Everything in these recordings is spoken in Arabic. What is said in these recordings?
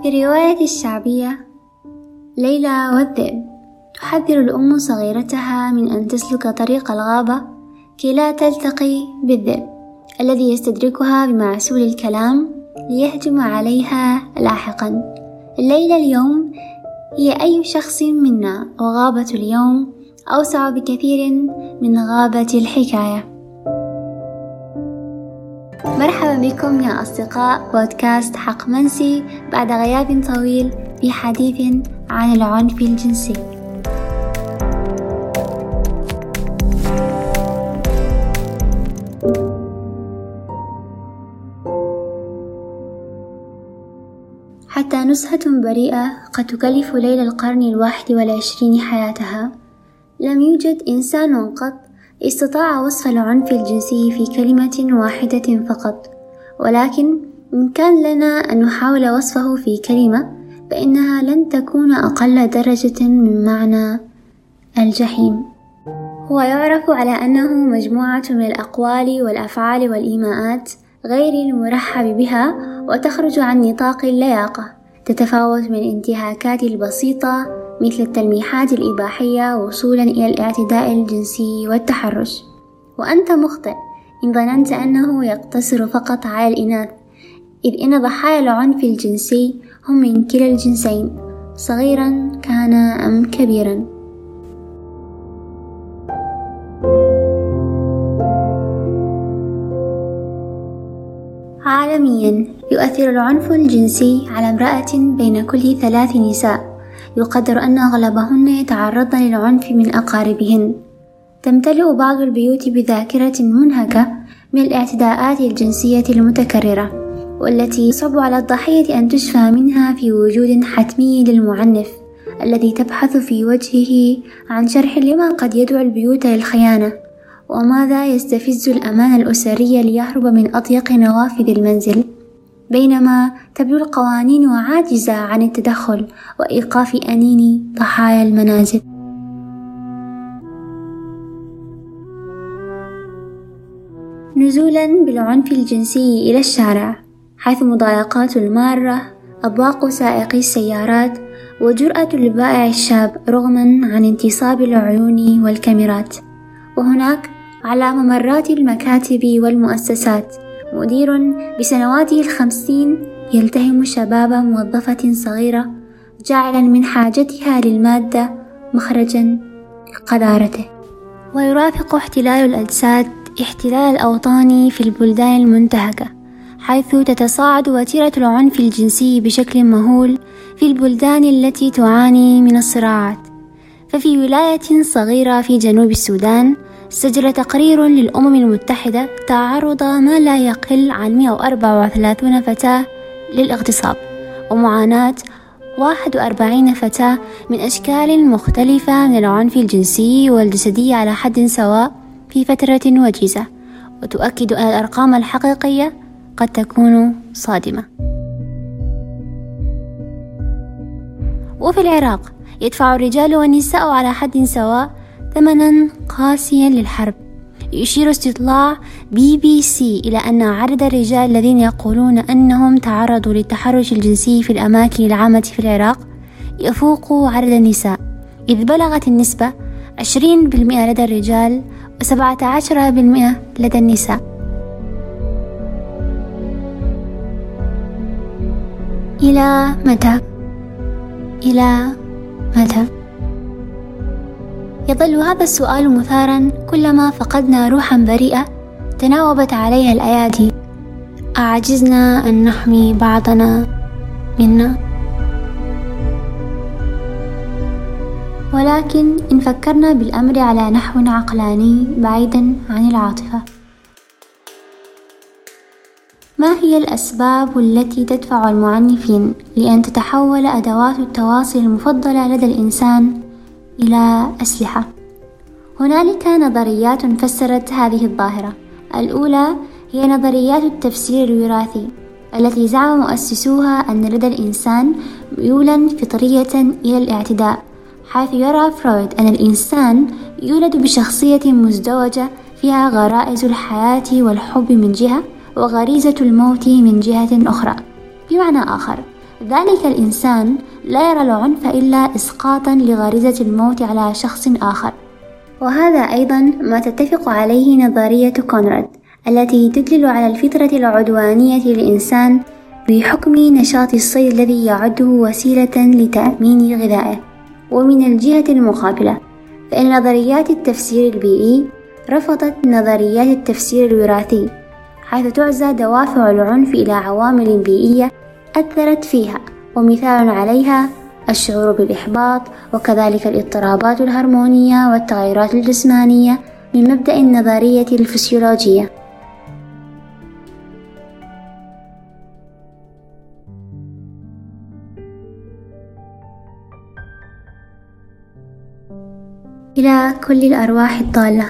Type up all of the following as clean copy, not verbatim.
في الرواية الشعبية ليلى والذئب، تحذر الأم صغيرتها من أن تسلك طريق الغابة كي لا تلتقي بالذئب الذي يستدركها بمعسول الكلام ليهجم عليها لاحقا. ليلى اليوم هي أي شخص منا، وغابة اليوم أوسع بكثير من غابة الحكاية. مرحبا بكم يا أصدقاء بودكاست حق منسي بعد غياب طويل في حديث عن العنف الجنسي. حتى نزهة بريئة قد تكلف ليلى القرن 21 حياتها، لم يوجد إنسان قط استطاع وصف العنف الجنسي في كلمة واحدة فقط، ولكن إن كان لنا أن نحاول وصفه في كلمة فإنها لن تكون أقل درجة من معنى الجحيم. هو يعرف على أنه مجموعة من الأقوال والأفعال والإيماءات غير المرحب بها وتخرج عن نطاق اللياقة، تتفاوت من الانتهاكات البسيطة مثل التلميحات الإباحية وصولا إلى الاعتداء الجنسي والتحرش. وأنت مخطئ إن ظننت أنه يقتصر فقط على الإناث، إذ إن ضحايا العنف الجنسي هم من كلا الجنسين، صغيرا كان أم كبيرا. عالميا يؤثر العنف الجنسي على امرأة بين كل 3 نساء، يقدر أن أغلبهن يتعرضن للعنف من أقاربهن. تمتلئ بعض البيوت بذاكرة منهكة من الاعتداءات الجنسية المتكررة، والتي يصعب على الضحية أن تشفى منها في وجود حتمي للمعنف الذي تبحث في وجهه عن شرح لما قد يدعو البيوت للخيانة، وماذا يستفز الأمان الأسري ليهرب من أضيق نوافذ المنزل، بينما تبدو القوانين عاجزة عن التدخل وإيقاف أنين ضحايا المنازل. نزولا بالعنف الجنسي إلى الشارع، حيث مضايقات المارة، أبواق سائقي السيارات، وجرأة البائع الشاب رغما عن انتصاب العيون والكاميرات. وهناك على ممرات المكاتب والمؤسسات مدير بسنواته 50 يلتهم شباب موظفة صغيرة، جاعلا من حاجتها للمادة مخرجا لقذارته. ويرافق احتلال الأجساد احتلال الأوطان في البلدان المنتهكة، حيث تتصاعد وتيرة العنف الجنسي بشكل مهول في البلدان التي تعاني من الصراعات. ففي ولاية صغيرة في جنوب السودان سجل تقرير للأمم المتحدة تعرض ما لا يقل عن 134 فتاة للاغتصاب، ومعاناة 41 فتاة من أشكال مختلفة من العنف الجنسي والجسدي على حد سواء في فترة وجيزة، وتؤكد أن الأرقام الحقيقية قد تكون صادمة. وفي العراق يدفع الرجال والنساء على حد سواء ثمنا قاسيا للحرب. يشير استطلاع BBC إلى أن عدد الرجال الذين يقولون أنهم تعرضوا للتحرش الجنسي في الأماكن العامة في العراق يفوق عدد النساء، إذ بلغت النسبة 20% لدى الرجال و17% لدى النساء. إلى متى؟ إلى متى؟ يظل هذا السؤال مثارا كلما فقدنا روحا بريئة تناوبت عليها الأيادي. أعجزنا أن نحمي بعضنا منا؟ ولكن إن فكرنا بالأمر على نحو عقلاني بعيدا عن العاطفة، ما هي الأسباب التي تدفع المعنفين لأن تتحول أدوات التواصل المفضلة لدى الإنسان إلى أسلحة؟ هنالك نظريات فسرت هذه الظاهرة. الأولى هي نظريات التفسير الوراثي التي زعم مؤسسوها أن لدى الإنسان ميولا فطرية إلى الاعتداء، حيث يرى فرويد أن الإنسان يولد بشخصية مزدوجة فيها غرائز الحياة والحب من جهة وغريزة الموت من جهة أخرى. بمعنى آخر، ذلك الإنسان لا يرى العنف إلا إسقاطا لغريزة الموت على شخص آخر. وهذا أيضا ما تتفق عليه نظرية كونراد التي تدل على الفطرة العدوانية للإنسان بحكم نشاط الصيد الذي يعده وسيلة لتأمين غذائه. ومن الجهة المقابلة فإن نظريات التفسير البيئي رفضت نظريات التفسير الوراثي، حيث تعزى دوافع العنف إلى عوامل بيئية أثرت فيها، ومثال عليها الشعور بالإحباط وكذلك الاضطرابات الهرمونية والتغيرات الجسمانية من مبدأ النظرية الفسيولوجية. إلى كل الأرواح الضالة،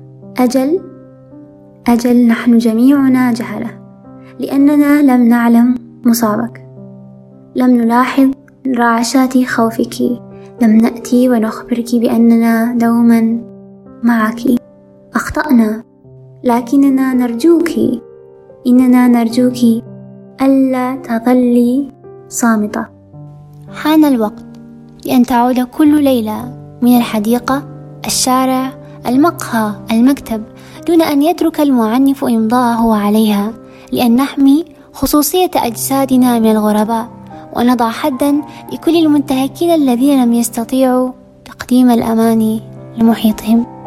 أجل نحن جميعنا جهلة، لأننا لم نعلم مصابك، لم نلاحظ رعشات خوفك، لم نأتي ونخبرك بأننا دوما معك. أخطأنا، لكننا نرجوك، إننا نرجوك ألا تظلي صامتة. حان الوقت لأن تعود كل ليلة من الحديقة، الشارع، المقهى، المكتب، دون أن يترك المعنف إمضاءه عليها، لأن نحمي خصوصية أجسادنا من الغرباء، ونضع حدا لكل المنتهكين الذين لم يستطيعوا تقديم الأمان لمحيطهم.